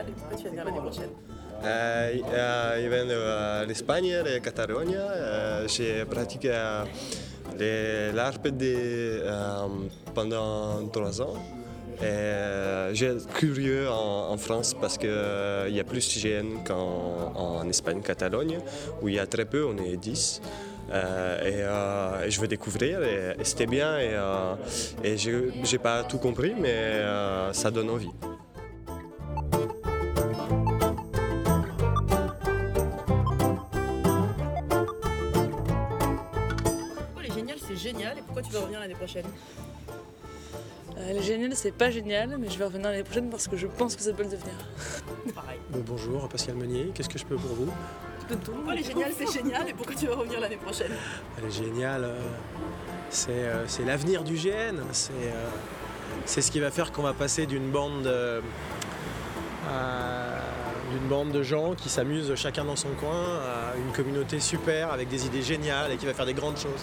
génial et pourquoi tu vas venir l'année prochaine? Je viens d'Espagne, de Catalogne. J'ai pratiqué l'ARPD pendant 3 ans. J'ai été curieux en France parce qu'il y a plus de jeunes qu'en Espagne, Catalogne, où il y a très peu, on est 10. Et je veux découvrir et c'était bien et j'ai pas tout compris mais ça donne envie. Pourquoi les géniales c'est génial et pourquoi tu vas revenir l'année prochaine? Les géniales, c'est pas génial, mais je vais revenir l'année prochaine parce que je pense que ça peut le devenir. Pareil. Bonjour, Pascal Meunier, qu'est-ce que je peux pour vous? Pourquoi les géniales c'est génial et pourquoi tu vas revenir l'année prochaine? Elle est géniale, c'est l'avenir du GN, c'est ce qui va faire qu'on va passer d'une bande de gens qui s'amusent chacun dans son coin à une communauté super avec des idées géniales et qui va faire des grandes choses.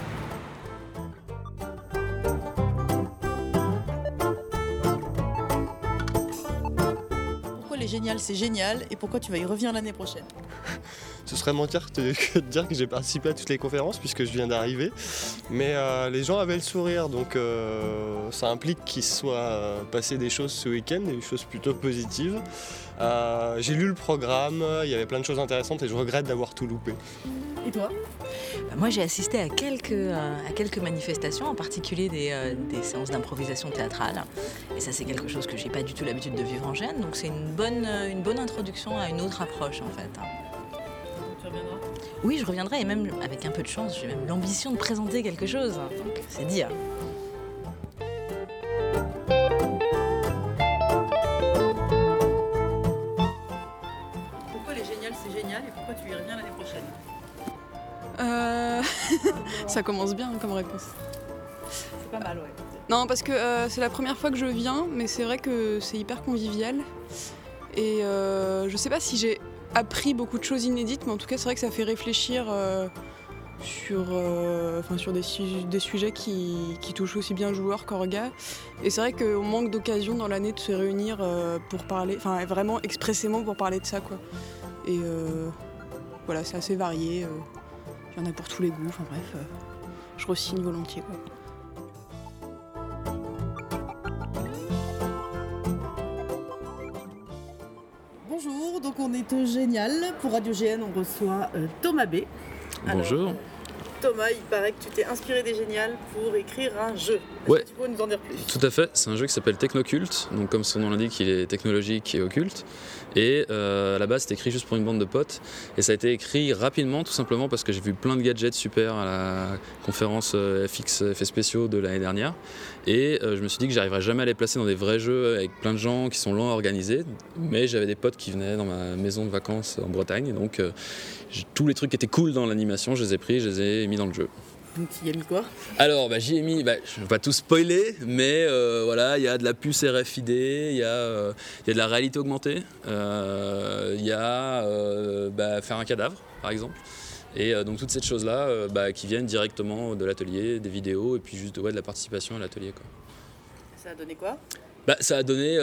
Pourquoi les géniales c'est génial et pourquoi tu vas y revenir l'année prochaine? Ce serait mentir que de dire que j'ai participé à toutes les conférences puisque je viens d'arriver. Mais les gens avaient le sourire, donc ça implique qu'il soit passé des choses ce week-end, des choses plutôt positives. J'ai lu le programme, il y avait plein de choses intéressantes et je regrette d'avoir tout loupé. Et toi? Moi, j'ai assisté à quelques manifestations, en particulier des séances d'improvisation théâtrale. Et ça, c'est quelque chose que j'ai pas du tout l'habitude de vivre en GN. Donc c'est une bonne introduction à une autre approche, en fait. Tu reviendras? Oui, je reviendrai, et même avec un peu de chance, j'ai même l'ambition de présenter quelque chose. Donc c'est dire. Pourquoi les géniales c'est génial et pourquoi tu y reviens l'année prochaine? Ça commence bien comme réponse. C'est pas mal, ouais. Non, parce que c'est la première fois que je viens, mais c'est vrai que c'est hyper convivial. Et je sais pas si j'ai appris beaucoup de choses inédites, mais en tout cas, c'est vrai que ça fait réfléchir sur des sujets qui touchent aussi bien joueurs qu'orgas. Et c'est vrai qu'on manque d'occasion dans l'année de se réunir pour parler, enfin vraiment expressément pour parler de ça, quoi. Et voilà, c'est assez varié. Il y en a pour tous les goûts, enfin bref, je re-signe volontiers, quoi. Bonjour, donc on est au Génial. Pour Radio GN, on reçoit Thomas B. Bonjour. Alors, Thomas, il paraît que tu t'es inspiré des Génial pour écrire un jeu. Est-ce que tu peux nous en dire plus? Tout à fait, c'est un jeu qui s'appelle Technoculte, donc comme son nom l'indique, il est technologique et occulte. Et à la base, c'était écrit juste pour une bande de potes. Et ça a été écrit rapidement, tout simplement parce que j'ai vu plein de gadgets super à la conférence FX Effets Spéciaux de l'année dernière. Et je me suis dit que j'arriverais jamais à les placer dans des vrais jeux avec plein de gens qui sont lents à organiser. Mais j'avais des potes qui venaient dans ma maison de vacances en Bretagne. Et donc tous les trucs qui étaient cool dans l'animation, je les ai pris, je les ai mis dans le jeu. Donc tu y as mis quoi? Alors j'y ai mis, je ne vais pas tout spoiler, mais voilà, il y a de la puce RFID, il y a de la réalité augmentée, il y a faire un cadavre par exemple. Et donc toutes ces choses-là qui viennent directement de l'atelier, des vidéos et puis juste de la participation à l'atelier, quoi. Ça a donné quoi? Ça a donné,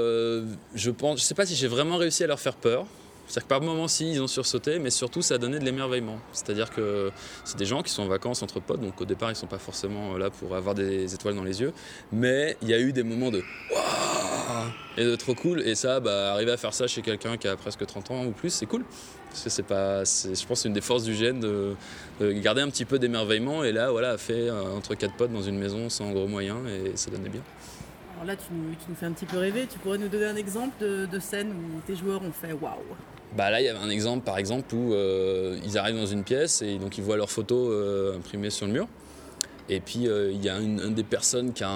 je sais pas si j'ai vraiment réussi à leur faire peur. C'est-à-dire que par moments, si, ils ont sursauté, mais surtout, ça a donné de l'émerveillement. C'est-à-dire que c'est des gens qui sont en vacances entre potes, donc au départ, ils ne sont pas forcément là pour avoir des étoiles dans les yeux, mais il y a eu des moments de waouh et de trop cool, et ça, arriver à faire ça chez quelqu'un qui a presque 30 ans ou plus, c'est cool. Parce que je pense que c'est une des forces du GN de garder un petit peu d'émerveillement, et là, voilà, fait entre 4 potes dans une maison sans gros moyens, et ça donnait bien. Alors là, tu nous fais un petit peu rêver. Tu pourrais nous donner un exemple de scène où tes joueurs ont fait waouh? Là, il y avait un exemple, par exemple, où ils arrivent dans une pièce et donc ils voient leurs photos imprimées sur le mur. Et puis, il y a une des personnes qui a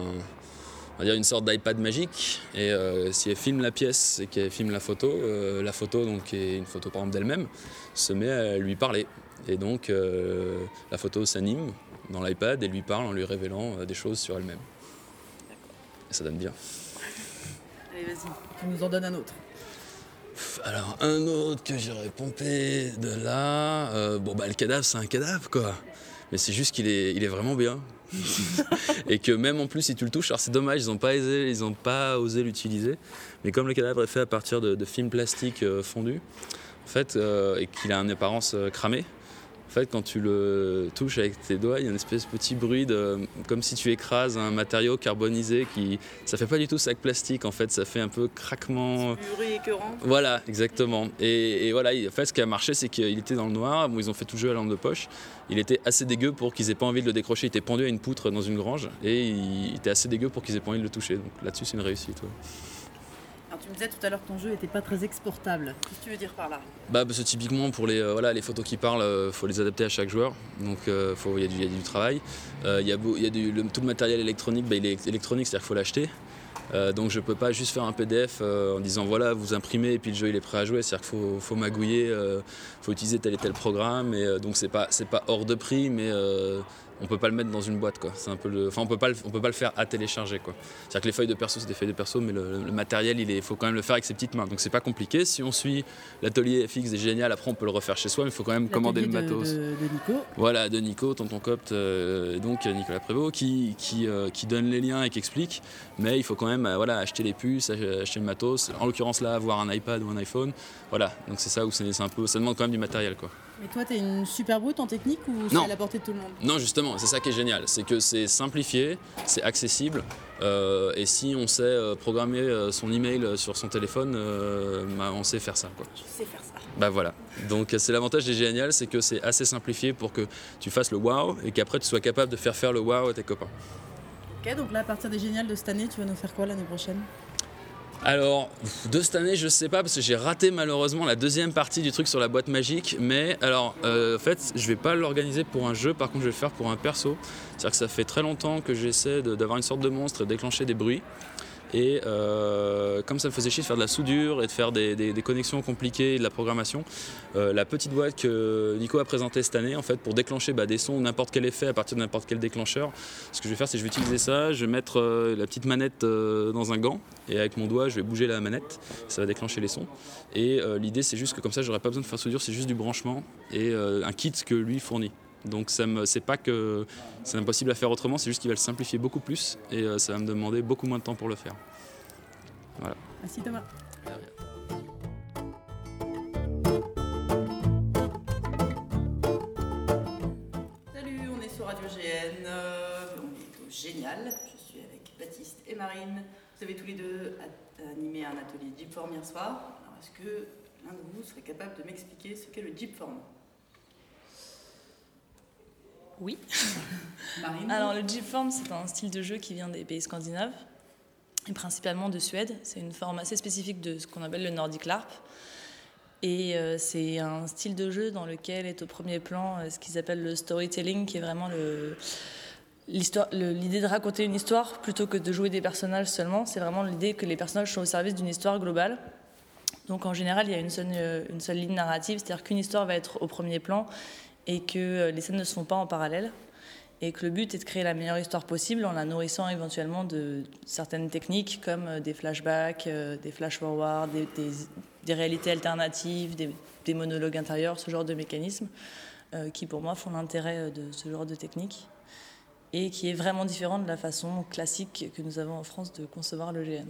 on va dire une sorte d'iPad magique. Et si elle filme la pièce et qu'elle filme la photo, donc, qui est une photo par exemple d'elle-même, se met à lui parler. Et donc, la photo s'anime dans l'iPad et lui parle en lui révélant des choses sur elle-même. Et ça donne bien. Allez, vas-y, tu nous en donnes un autre. Alors, un autre que j'irais pomper de là... le cadavre, c'est un cadavre, quoi. mais c'est juste qu'il est vraiment bien. Et que même en plus, si tu le touches, alors c'est dommage, ils n'ont pas osé l'utiliser, mais comme le cadavre est fait à partir de films plastiques fondus, en fait, et qu'il a une apparence cramée, en fait, quand tu le touches avec tes doigts, il y a une espèce de petit bruit comme si tu écrases un matériau carbonisé ça fait pas du tout sac plastique en fait, ça fait un peu craquement. C'est du bruit écœurant. Voilà, exactement. Et voilà, en fait, ce qui a marché, c'est qu'il était dans le noir. Bon, ils ont fait tout le jeu à lampe de poche. Il était assez dégueu pour qu'ils aient pas envie de le décrocher. Il était pendu à une poutre dans une grange et il était assez dégueu pour qu'ils aient pas envie de le toucher. Donc là-dessus, c'est une réussite. Ouais. Alors, tu me disais tout à l'heure que ton jeu n'était pas très exportable. Qu'est-ce que tu veux dire par là? Parce que typiquement pour les photos qui parlent, faut les adapter à chaque joueur, donc il y a du travail. Tout le matériel électronique, il est électronique, c'est-à-dire qu'il faut l'acheter. Donc je peux pas juste faire un PDF en disant voilà, vous imprimez et puis le jeu il est prêt à jouer, c'est-à-dire qu'il faut magouiller, faut utiliser tel et tel programme, et donc c'est pas hors de prix, mais on peut pas le mettre dans une boîte, quoi. C'est un peu on peut pas le faire à télécharger, quoi. C'est-à-dire que les feuilles de perso c'est des feuilles de perso, mais le matériel il faut quand même le faire avec ses petites mains, donc c'est pas compliqué. Si on suit l'atelier FX, c'est génial, après on peut le refaire chez soi, mais il faut quand même commander le matos. De Nico. Voilà, de Nico, tonton Copte, donc Nicolas Prévost qui donne les liens et qui explique, mais il faut quand même acheter les puces, acheter le matos, en l'occurrence là avoir un iPad ou un iPhone, voilà, donc c'est ça où c'est un peu, ça demande quand même du matériel, quoi. Mais toi, t'es une super brute en technique ou c'est à la portée de tout le monde? Non, justement, c'est ça qui est génial, c'est que c'est simplifié, c'est accessible, et si on sait programmer son email sur son téléphone, on sait faire ça, quoi. Je sais faire ça. Voilà, donc c'est l'avantage des Génial, c'est que c'est assez simplifié pour que tu fasses le wow et qu'après tu sois capable de faire le wow à tes copains. Ok, donc là, à partir des Génial de cette année, tu vas nous faire quoi l'année prochaine? Alors, de cette année, je sais pas, parce que j'ai raté malheureusement la deuxième partie du truc sur la boîte magique, mais alors, en fait, je vais pas l'organiser pour un jeu, par contre, je vais le faire pour un perso. C'est-à-dire que ça fait très longtemps que j'essaie d'avoir une sorte de monstre et de déclencher des bruits. Et comme ça me faisait chier de faire de la soudure et de faire des connexions compliquées et de la programmation, la petite boîte que Nico a présentée cette année, en fait, pour déclencher des sons, n'importe quel effet à partir de n'importe quel déclencheur, ce que je vais faire, c'est que je vais utiliser ça, je vais mettre la petite manette dans un gant et avec mon doigt, je vais bouger la manette, ça va déclencher les sons. Et l'idée, c'est juste que comme ça, j'aurai pas besoin de faire soudure, c'est juste du branchement et un kit que lui fournit. Donc c'est pas que c'est impossible à faire autrement, c'est juste qu'il va le simplifier beaucoup plus et ça va me demander beaucoup moins de temps pour le faire. Voilà. Merci Thomas. Salut, on est sur Radio GN, on est au Génial, je suis avec Baptiste et Marine. Vous avez tous les deux animé un atelier Jeepform hier soir. Alors est-ce que l'un de vous serait capable de m'expliquer ce qu'est le Jeepform? Oui. Marine. Alors le Jeepform, c'est un style de jeu qui vient des pays scandinaves, et principalement de Suède. C'est une forme assez spécifique de ce qu'on appelle le Nordic LARP. Et c'est un style de jeu dans lequel est au premier plan ce qu'ils appellent le storytelling, qui est vraiment l'idée de raconter une histoire plutôt que de jouer des personnages seulement. C'est vraiment l'idée que les personnages sont au service d'une histoire globale. Donc en général, il y a une seule ligne narrative, c'est-à-dire qu'une histoire va être au premier plan et que les scènes ne se font pas en parallèle, et que le but est de créer la meilleure histoire possible en la nourrissant éventuellement de certaines techniques comme des flashbacks, des flash-forward, des réalités alternatives, des monologues intérieurs, ce genre de mécanismes qui pour moi font l'intérêt de ce genre de technique et qui est vraiment différent de la façon classique que nous avons en France de concevoir le GN.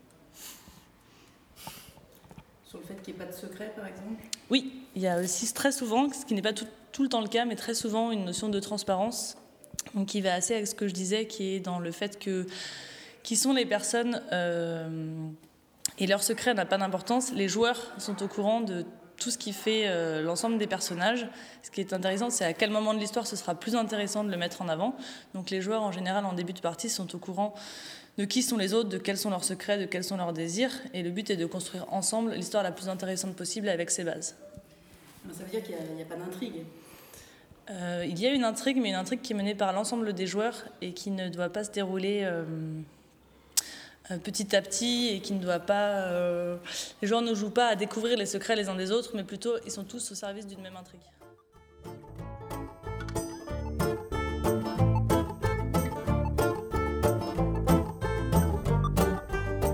Sur le fait qu'il n'y ait pas de secret par exemple? Oui, il y a aussi très souvent, ce qui n'est pas tout le temps le cas, mais très souvent une notion de transparence, donc qui va assez avec ce que je disais, qui est dans le fait que qui sont les personnes et leur secret n'a pas d'importance. Les joueurs sont au courant de tout ce qui fait l'ensemble des personnages. Ce qui est intéressant, c'est à quel moment de l'histoire ce sera plus intéressant de le mettre en avant. Donc les joueurs, en général, en début de partie, sont au courant de qui sont les autres, de quels sont leurs secrets, de quels sont leurs désirs. Et le but est de construire ensemble l'histoire la plus intéressante possible avec ses bases. Ça veut dire qu'il n'y a pas d'intrigue? Il y a une intrigue, mais une intrigue qui est menée par l'ensemble des joueurs et qui ne doit pas se dérouler petit à petit et qui ne doit pas... les joueurs ne jouent pas à découvrir les secrets les uns des autres, mais plutôt ils sont tous au service d'une même intrigue.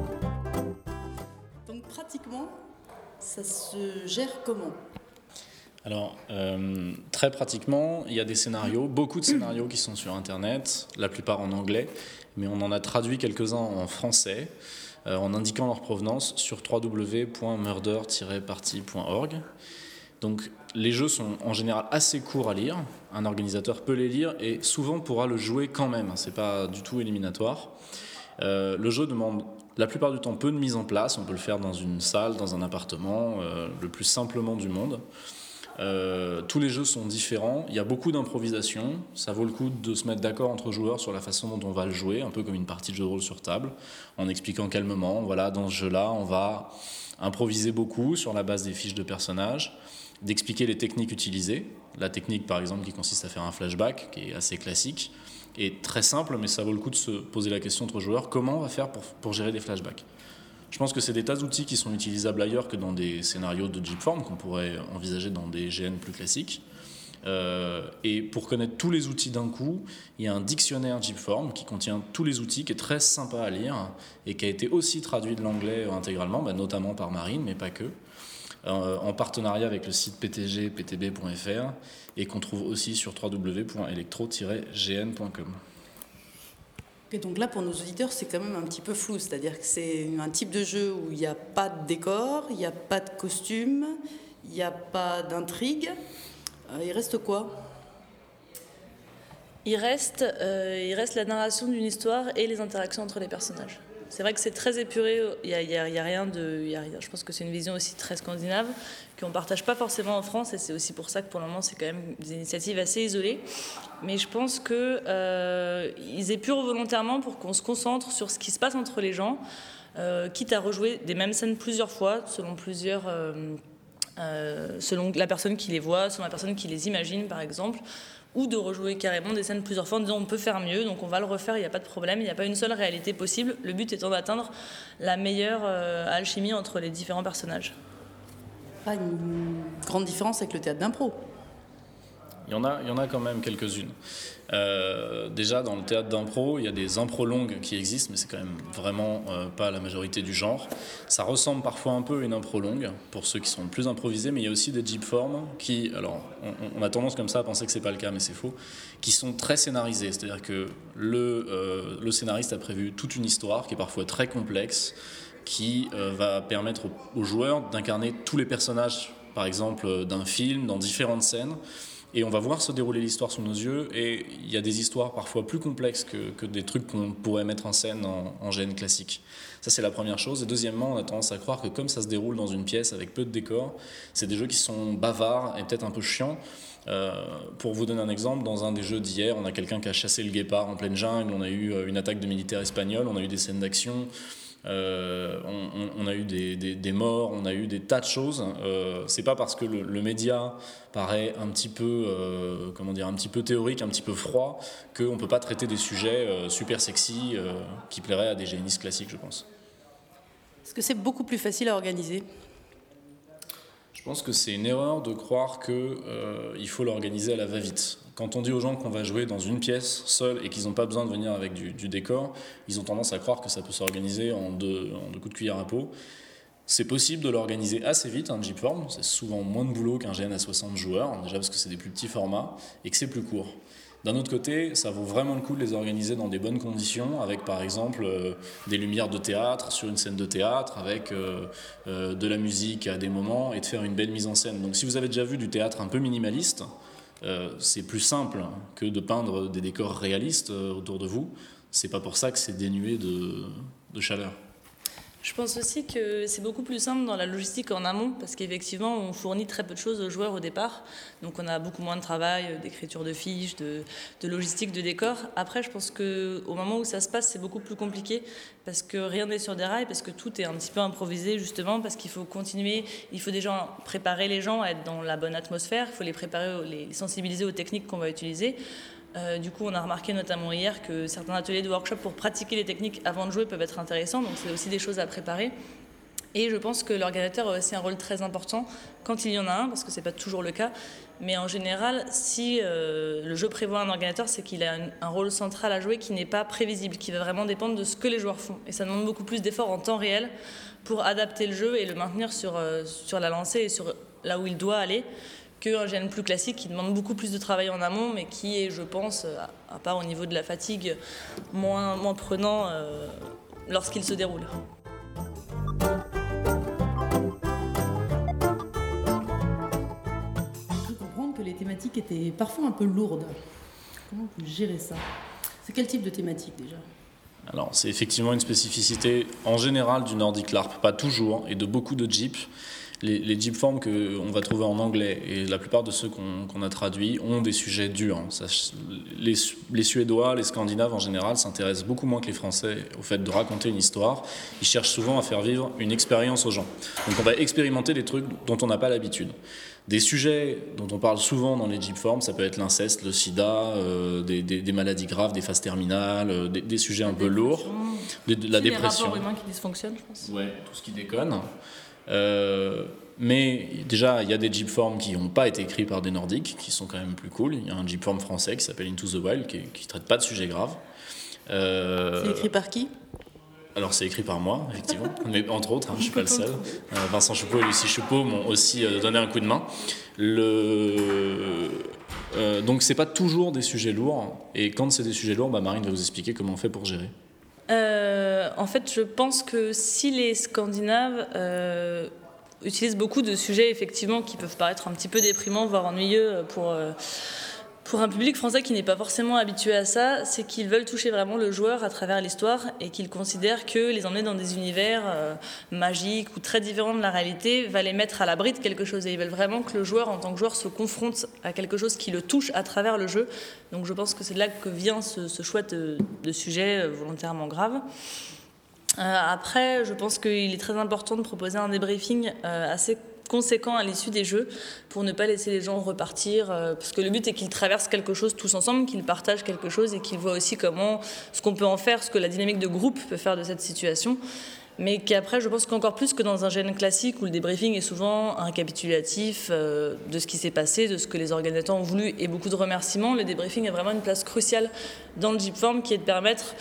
Donc pratiquement, ça se gère comment? Alors, très pratiquement, il y a des scénarios, beaucoup de scénarios qui sont sur Internet, la plupart en anglais, mais on en a traduit quelques-uns en français, en indiquant leur provenance sur www.murder-party.org. Donc, les jeux sont en général assez courts à lire, un organisateur peut les lire et souvent pourra le jouer quand même, c'est pas du tout éliminatoire. Le jeu demande la plupart du temps peu de mise en place, on peut le faire dans une salle, dans un appartement, le plus simplement du monde. Tous les jeux sont différents, il y a beaucoup d'improvisation, ça vaut le coup de se mettre d'accord entre joueurs sur la façon dont on va le jouer, un peu comme une partie de jeu de rôle sur table, en expliquant calmement, voilà, dans ce jeu-là, on va improviser beaucoup sur la base des fiches de personnages, d'expliquer les techniques utilisées, la technique par exemple qui consiste à faire un flashback, qui est assez classique, et très simple, mais ça vaut le coup de se poser la question entre joueurs, comment on va faire pour gérer des flashbacks ? Je pense que c'est des tas d'outils qui sont utilisables ailleurs que dans des scénarios de Jeepform qu'on pourrait envisager dans des GN plus classiques. Et pour connaître tous les outils d'un coup, il y a un dictionnaire Jeepform qui contient tous les outils, qui est très sympa à lire et qui a été aussi traduit de l'anglais intégralement, notamment par Marine, mais pas que, en partenariat avec le site ptb.fr et qu'on trouve aussi sur www.electro-gn.com. Et donc là, pour nos auditeurs, c'est quand même un petit peu flou, c'est-à-dire que c'est un type de jeu où il n'y a pas de décor, il n'y a pas de costume, il n'y a pas d'intrigue. Il reste quoi ? Il reste la narration d'une histoire et les interactions entre les personnages. C'est vrai que c'est très épuré, il y a rien de... je pense que c'est une vision aussi très scandinave, qu'on ne partage pas forcément en France, et c'est aussi pour ça que pour le moment, c'est quand même des initiatives assez isolées. Mais je pense qu'ils épurent volontairement pour qu'on se concentre sur ce qui se passe entre les gens, quitte à rejouer des mêmes scènes plusieurs fois, selon la personne qui les voit, selon la personne qui les imagine, par exemple, ou de rejouer carrément des scènes plusieurs fois en disant on peut faire mieux, donc on va le refaire, il n'y a pas de problème, il n'y a pas une seule réalité possible, le but étant d'atteindre la meilleure alchimie entre les différents personnages. Pas une grande différence avec le théâtre d'impro. Il y en a quand même quelques-unes. Déjà, dans le théâtre d'impro, il y a des impros longues qui existent, mais c'est quand même vraiment pas la majorité du genre. Ça ressemble parfois un peu à une impro longue, pour ceux qui sont plus improvisés, mais il y a aussi des Jeepform qui, alors on a tendance comme ça à penser que c'est pas le cas, mais c'est faux, qui sont très scénarisés. C'est-à-dire que le scénariste a prévu toute une histoire qui est parfois très complexe, qui va permettre aux joueurs d'incarner tous les personnages, par exemple, d'un film, dans différentes scènes. Et on va voir se dérouler l'histoire sous nos yeux, et il y a des histoires parfois plus complexes que des trucs qu'on pourrait mettre en scène en GN classique. Ça, c'est la première chose. Et deuxièmement, on a tendance à croire que comme ça se déroule dans une pièce avec peu de décors, c'est des jeux qui sont bavards et peut-être un peu chiants. Pour vous donner un exemple, dans un des jeux d'hier, on a quelqu'un qui a chassé le guépard en pleine jungle, on a eu une attaque de militaires espagnols, on a eu des scènes d'action, on a eu des morts, on a eu des tas de choses. C'est pas parce que le média paraît un petit peu un petit peu théorique, un petit peu froid, qu'on peut pas traiter des sujets super sexy qui plairaient à des génistes classiques, je pense. Est-ce que c'est beaucoup plus facile à organiser ? Je pense que c'est une erreur de croire qu'il faut l'organiser à la va-vite. Quand on dit aux gens qu'on va jouer dans une pièce seule et qu'ils n'ont pas besoin de venir avec du décor, ils ont tendance à croire que ça peut s'organiser en deux coups de cuillère à peau. C'est possible de l'organiser assez vite, un Jeepform. C'est souvent moins de boulot qu'un GN à 60 joueurs, déjà parce que c'est des plus petits formats et que c'est plus court. D'un autre côté, ça vaut vraiment le coup de les organiser dans des bonnes conditions, avec par exemple des lumières de théâtre sur une scène de théâtre, avec de la musique à des moments, et de faire une belle mise en scène. Donc si vous avez déjà vu du théâtre un peu minimaliste, c'est plus simple que de peindre des décors réalistes autour de vous. C'est pas pour ça que c'est dénué de chaleur. Je pense aussi que c'est beaucoup plus simple dans la logistique en amont, parce qu'effectivement, on fournit très peu de choses aux joueurs au départ. Donc on a beaucoup moins de travail, d'écriture de fiches, de logistique, de décor. Après, je pense qu'au moment où ça se passe, c'est beaucoup plus compliqué, parce que rien n'est sur des rails, parce que tout est un petit peu improvisé, justement, parce qu'il faut continuer, il faut déjà préparer les gens à être dans la bonne atmosphère, il faut les préparer, les sensibiliser aux techniques qu'on va utiliser. Du coup, on a remarqué notamment hier que certains ateliers de workshop pour pratiquer les techniques avant de jouer peuvent être intéressants, donc c'est aussi des choses à préparer. Et je pense que l'organisateur a aussi un rôle très important quand il y en a un, parce que c'est pas toujours le cas. Mais en général, si le jeu prévoit un organisateur, c'est qu'il a un rôle central à jouer qui n'est pas prévisible, qui va vraiment dépendre de ce que les joueurs font. Et ça demande beaucoup plus d'efforts en temps réel pour adapter le jeu et le maintenir sur la lancée et sur là où il doit aller, qu'un GN plus classique qui demande beaucoup plus de travail en amont, mais qui est, je pense, à part au niveau de la fatigue, moins prenant lorsqu'il se déroule. J'ai cru comprendre que les thématiques étaient parfois un peu lourdes. Comment vous gérez ça? C'est quel type de thématique déjà? Alors, c'est effectivement une spécificité en général du Nordic LARP, pas toujours, et de beaucoup de Jeep. Les Jeep forms qu'on va trouver en anglais, et la plupart de ceux qu'on a traduits, ont des sujets durs. Les Suédois, les Scandinaves en général, s'intéressent beaucoup moins que les Français au fait de raconter une histoire. Ils cherchent souvent à faire vivre une expérience aux gens. Donc on va expérimenter des trucs dont on n'a pas l'habitude. Des sujets dont on parle souvent dans les Jeep forms, ça peut être l'inceste, le sida, des maladies graves, des phases terminales, des sujets un peu lourds, la dépression. Les rapports humains qui dysfonctionnent, je pense. Ouais, tout ce qui déconne. Mais déjà, il y a des Jeep forms qui n'ont pas été écrits par des Nordiques, qui sont quand même plus cool. Il y a un Jeep form français qui s'appelle Into the Wild, qui ne traite pas de sujets graves. C'est écrit par qui? Alors c'est écrit par moi, effectivement, mais entre autres, je ne suis pas le seul. Vincent Choupeau et Lucie Choupeau m'ont aussi donné un coup de main. Donc c'est pas toujours des sujets lourds, et quand c'est des sujets lourds, Marine va vous expliquer comment on fait pour gérer. En fait, je pense que si les Scandinaves utilisent beaucoup de sujets effectivement qui peuvent paraître un petit peu déprimants, voire ennuyeux pour un public français qui n'est pas forcément habitué à ça, c'est qu'ils veulent toucher vraiment le joueur à travers l'histoire et qu'ils considèrent que les emmener dans des univers magiques ou très différents de la réalité va les mettre à l'abri de quelque chose. Et ils veulent vraiment que le joueur, en tant que joueur, se confronte à quelque chose qui le touche à travers le jeu. Donc je pense que c'est de là que vient ce choix de sujet volontairement grave. Après, je pense qu'il est très important de proposer un débriefing assez conséquent à l'issue des jeux pour ne pas laisser les gens repartir parce que le but est qu'ils traversent quelque chose tous ensemble, qu'ils partagent quelque chose et qu'ils voient aussi ce qu'on peut en faire, ce que la dynamique de groupe peut faire de cette situation, mais qu'après je pense qu'encore plus que dans un GN classique où le débriefing est souvent un récapitulatif de ce qui s'est passé, de ce que les organisateurs ont voulu et beaucoup de remerciements, le débriefing a vraiment une place cruciale dans le Jeep Form qui est de permettre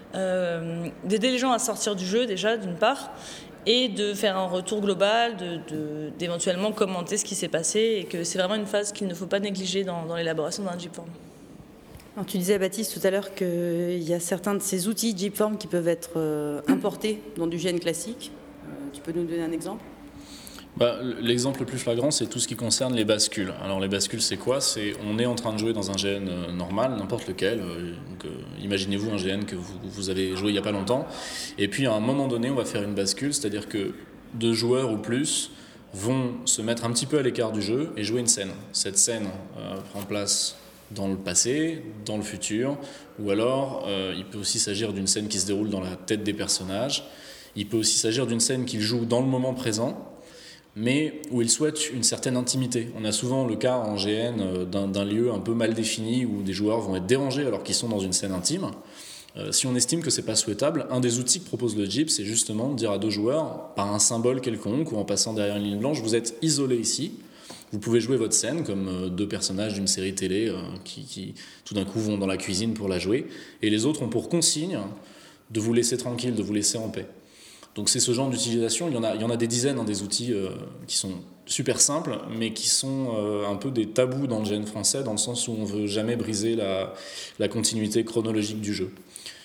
d'aider les gens à sortir du jeu déjà d'une part, et de faire un retour global, d'éventuellement commenter ce qui s'est passé, et que c'est vraiment une phase qu'il ne faut pas négliger dans l'élaboration d'un Jeep Form. Alors, tu disais, Baptiste, tout à l'heure qu'il y a certains de ces outils Jeep Form qui peuvent être importés dans du GN classique. Tu peux nous donner un exemple ? L'exemple le plus flagrant, c'est tout ce qui concerne les bascules. Alors les bascules, c'est quoi ? On est en train de jouer dans un GN normal, n'importe lequel. Imaginez-vous un GN que vous avez joué il n'y a pas longtemps. Et puis à un moment donné, on va faire une bascule, c'est-à-dire que 2 joueurs ou plus vont se mettre un petit peu à l'écart du jeu et jouer une scène. Cette scène prend place dans le passé, dans le futur, ou alors il peut aussi s'agir d'une scène qui se déroule dans la tête des personnages. Il peut aussi s'agir d'une scène qu'ils jouent dans le moment présent, mais où ils souhaitent une certaine intimité. On a souvent le cas en GN d'un lieu un peu mal défini où des joueurs vont être dérangés alors qu'ils sont dans une scène intime. Si on estime que c'est pas souhaitable, un des outils que propose le Jeep, c'est justement de dire à 2 joueurs, par un symbole quelconque ou en passant derrière une ligne blanche, vous êtes isolés ici, vous pouvez jouer votre scène comme 2 personnages d'une série télé qui tout d'un coup vont dans la cuisine pour la jouer, et les autres ont pour consigne de vous laisser tranquille, de vous laisser en paix. Donc c'est ce genre d'utilisation, il y en a des dizaines des outils qui sont super simples, mais qui sont un peu des tabous dans le GN français, dans le sens où on ne veut jamais briser la continuité chronologique du jeu.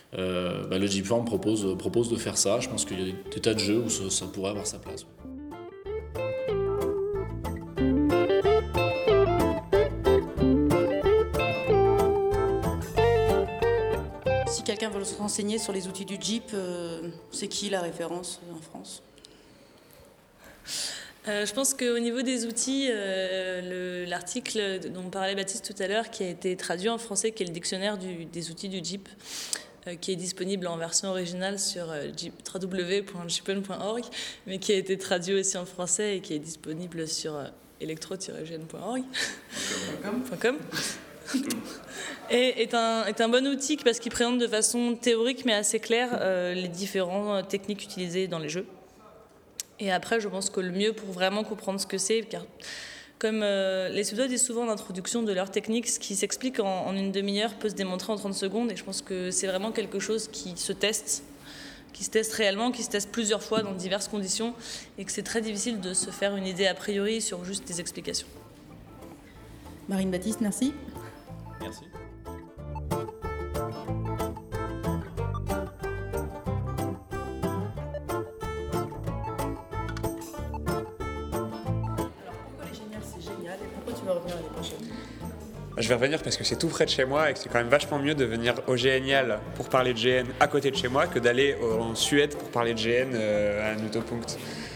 Le Jeep Form propose de faire ça. Je pense qu'il y a des tas de jeux où ça pourrait avoir sa place. Si quelqu'un veut se renseigner sur les outils du Jeep, c'est qui la référence en France ? Je pense qu'au niveau des outils, l'article dont parlait Baptiste tout à l'heure, qui a été traduit en français, qui est le dictionnaire des outils du Jeep, qui est disponible en version originale sur www.jeepen.org, mais qui a été traduit aussi en français et qui est disponible sur electro-gn.org. Et est un bon outil parce qu'il présente de façon théorique mais assez claire les différentes techniques utilisées dans les jeux. Et après, je pense que le mieux pour vraiment comprendre ce que c'est, car comme les Suédois disent souvent en introduction de leur technique, ce qui s'explique en une demi-heure peut se démontrer en 30 secondes, et je pense que c'est vraiment quelque chose qui se teste réellement, qui se teste plusieurs fois dans diverses conditions, et que c'est très difficile de se faire une idée a priori sur juste des explications. Marine Baptiste, merci. Merci. Pourquoi les Géniales c'est génial et pourquoi tu vas revenir l'année prochaine? Je vais revenir parce que c'est tout près de chez moi et que c'est quand même vachement mieux de venir au GNial pour parler de GN à côté de chez moi que d'aller en Suède pour parler de GN à Knutepunkt.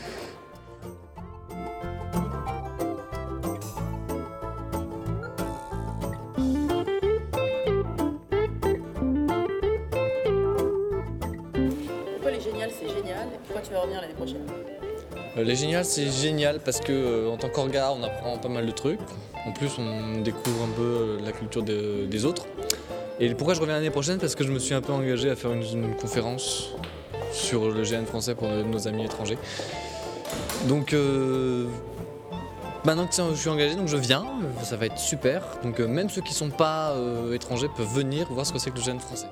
Pourquoi les Géniales c'est génial et pourquoi tu vas revenir l'année prochaine? Les Géniales, c'est génial parce que en tant qu'orga, on apprend pas mal de trucs. En plus, on découvre un peu la culture des autres. Et pourquoi je reviens l'année prochaine? Parce que je me suis un peu engagé à faire une conférence sur le GN français pour nos amis étrangers. Donc maintenant que je suis engagé, donc je viens, ça va être super. Donc même ceux qui ne sont pas étrangers peuvent venir voir ce que c'est que le GN français.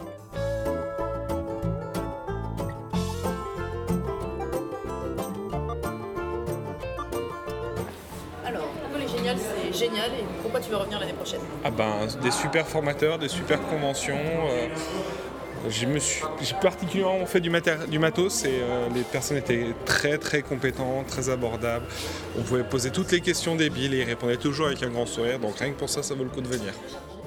Alors, pourquoi les Géniales c'est génial et pourquoi tu vas revenir l'année prochaine? Des super formateurs, des super conventions. J'ai particulièrement fait du matos et les personnes étaient très très compétentes, très abordables. On pouvait poser toutes les questions débiles et ils répondaient toujours avec un grand sourire, donc rien que pour ça, ça vaut le coup de venir.